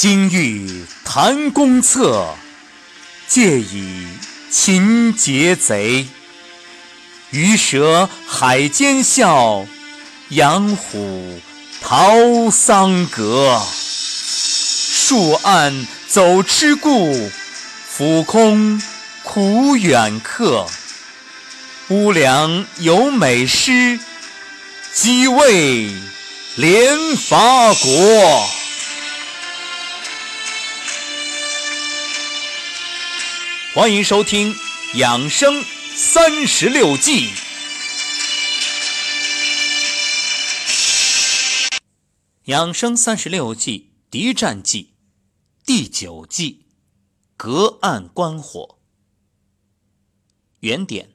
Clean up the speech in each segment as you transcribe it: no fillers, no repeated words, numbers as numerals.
今欲谈公策，借以擒劫贼。鱼蛇海间笑，羊虎逃桑阁。树岸走痴故，俯空苦远客。乌梁有美诗，即为连伐国。欢迎收听养生36计。养生36计敌战计第9计隔岸观火。原点：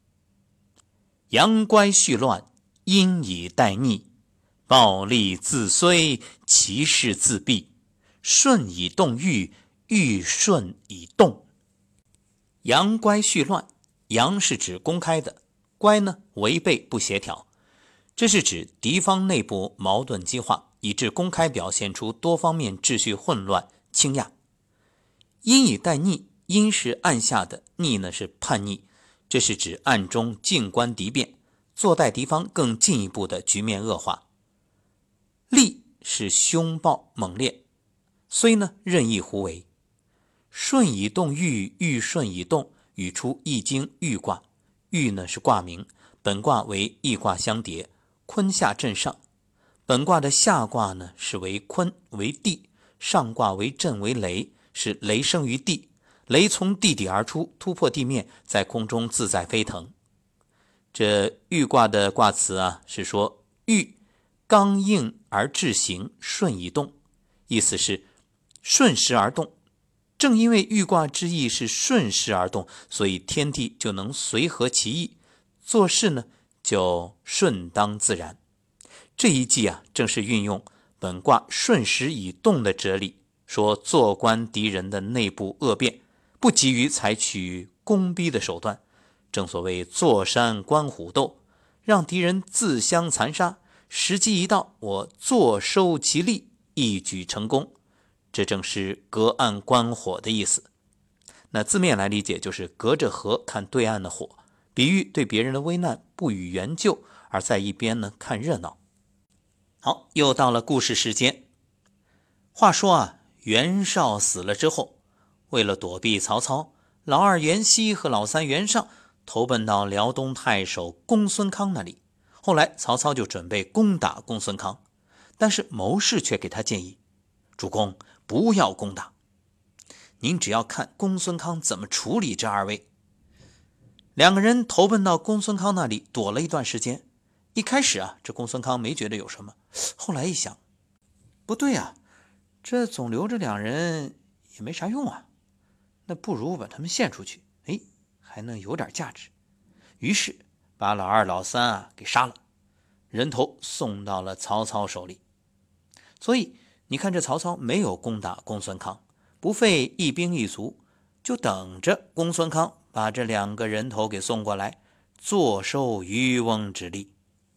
阳乖续乱，阴以待逆，暴力自衰，其势自毙。顺以动欲，欲顺以动。阳乖续乱，阳是指公开的，乖呢违背不协调，这是指敌方内部矛盾激化，以致公开表现出多方面秩序混乱倾轧。阴以待逆，阴是暗下的，逆呢是叛逆，这是指暗中静观敌变，坐待敌方更进一步的局面恶化。戾是凶暴猛烈，虽呢任意胡为。顺以动欲，欲顺以动，语出易经豫卦。豫呢是卦名，本卦为易卦相叠，坤下震上。本卦的下卦呢是为坤为地，上卦为震为雷，是雷生于地，雷从地底而出，突破地面，在空中自在飞腾。这豫卦的卦辞啊，是说豫刚硬而志行，顺以动，意思是顺势而动。正因为豫卦之意是顺势而动，所以天地就能随合其意，做事呢就顺当自然。这一计啊，正是运用本卦顺时以动的哲理，说坐观敌人的内部恶变，不急于采取攻逼的手段，正所谓坐山观虎斗，让敌人自相残杀，时机一到，我坐收其利，一举成功。这正是隔岸观火的意思。那字面来理解，就是隔着河看对岸的火，比喻对别人的危难不予援救，而在一边呢看热闹。好，又到了故事时间。话说啊，袁绍死了之后，为了躲避曹操，老二袁熙和老三袁尚投奔到辽东太守公孙康那里。后来曹操就准备攻打公孙康，但是谋士却给他建议，主公不要攻打，您只要看公孙康怎么处理这二位。两个人投奔到公孙康那里，躲了一段时间。一开始啊，这公孙康没觉得有什么，后来一想，不对啊，这总留着两人也没啥用啊，那不如把他们献出去，还能有点价值。于是把老二老三啊给杀了，人头送到了曹操手里。所以你看，这曹操没有攻打公孙康，不费一兵一卒，就等着公孙康把这两个人头给送过来，坐收渔翁之利。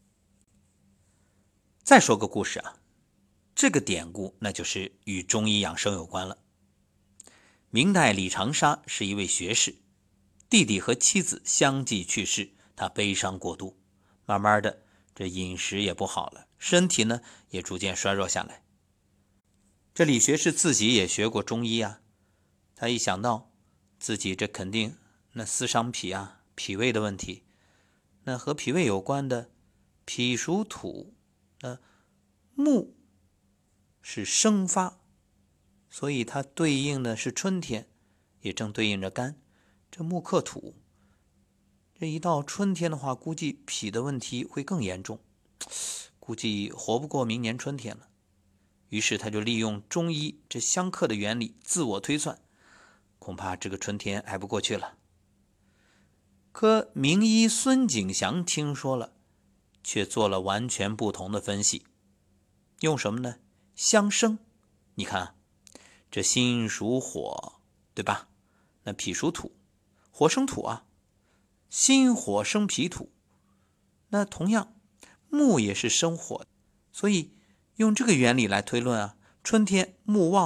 再说个故事啊，这个典故那就是与中医养生有关了。明代李长沙是一位学士，弟弟和妻子相继去世，他悲伤过度，慢慢的这饮食也不好了，身体呢也逐渐衰弱下来。这李学士自己也学过中医啊，他一想到自己这肯定那思伤脾啊，脾胃的问题，那和脾胃有关的脾属土，木是生发，所以它对应的是春天，也正对应着肝，这木克土，这一到春天的话，估计脾的问题会更严重，估计活不过明年春天了。于是他就利用中医这相克的原理自我推算，恐怕这个春天挨不过去了。可名医孙景祥听说了，却做了完全不同的分析。用什么呢？相生。你看这心属火，对吧？那脾属土，火生土啊，心火生脾土。那同样木也是生火，所以用这个原理来推论啊，春天木旺了，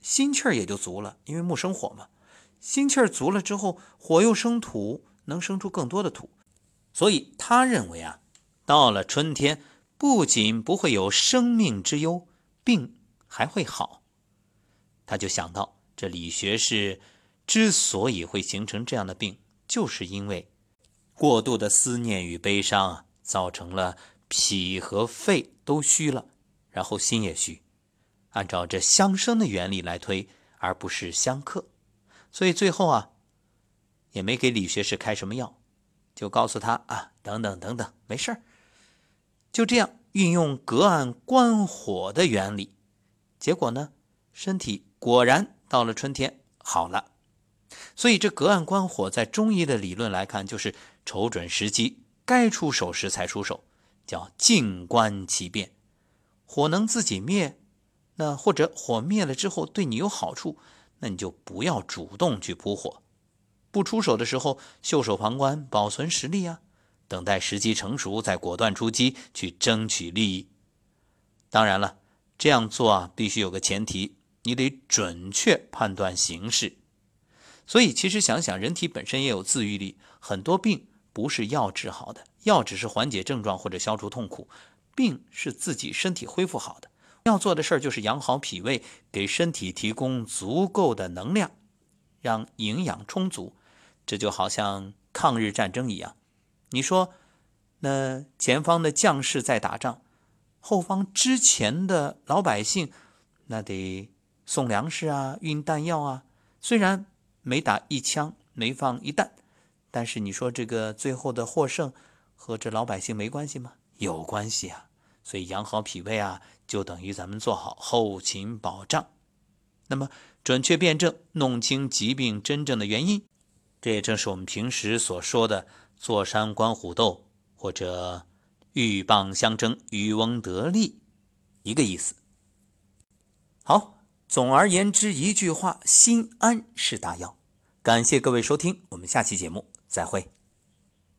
心气儿也就足了，因为木生火嘛。心气儿足了之后，火又生土，能生出更多的土。所以他认为啊，到了春天，不仅不会有生命之忧，病还会好。他就想到，这李学士之所以会形成这样的病，就是因为过度的思念与悲伤造成了脾和肺都虚了，然后心也虚。按照这相生的原理来推，而不是相克。所以最后啊，也没给李学士开什么药，就告诉他啊，等等等等，没事儿。就这样运用隔岸观火的原理，结果呢，身体果然到了春天好了。所以这隔岸观火在中医的理论来看，就是瞅准时机，该出手时才出手，叫静观其变。火能自己灭，那或者火灭了之后对你有好处，那你就不要主动去扑火。不出手的时候，袖手旁观，保存实力啊，等待时机成熟再果断出击，去争取利益。当然了，这样做啊，必须有个前提，你得准确判断形势。所以其实想想，人体本身也有自愈力，很多病不是药治好的，药只是缓解症状或者消除痛苦，病是自己身体恢复好的。要做的事就是养好脾胃，给身体提供足够的能量，让营养充足。这就好像抗日战争一样，你说那前方的将士在打仗，后方之前的老百姓那得送粮食啊，运弹药啊，虽然没打一枪，没放一弹，但是你说这个最后的获胜和这老百姓没关系吗？有关系啊。所以养好脾胃啊，就等于咱们做好后勤保障。那么准确辨证，弄清疾病真正的原因，这也正是我们平时所说的坐山观虎斗，或者鹬蚌相争，渔翁得利一个意思。好，总而言之一句话，心安是大药。感谢各位收听，我们下期节目再会。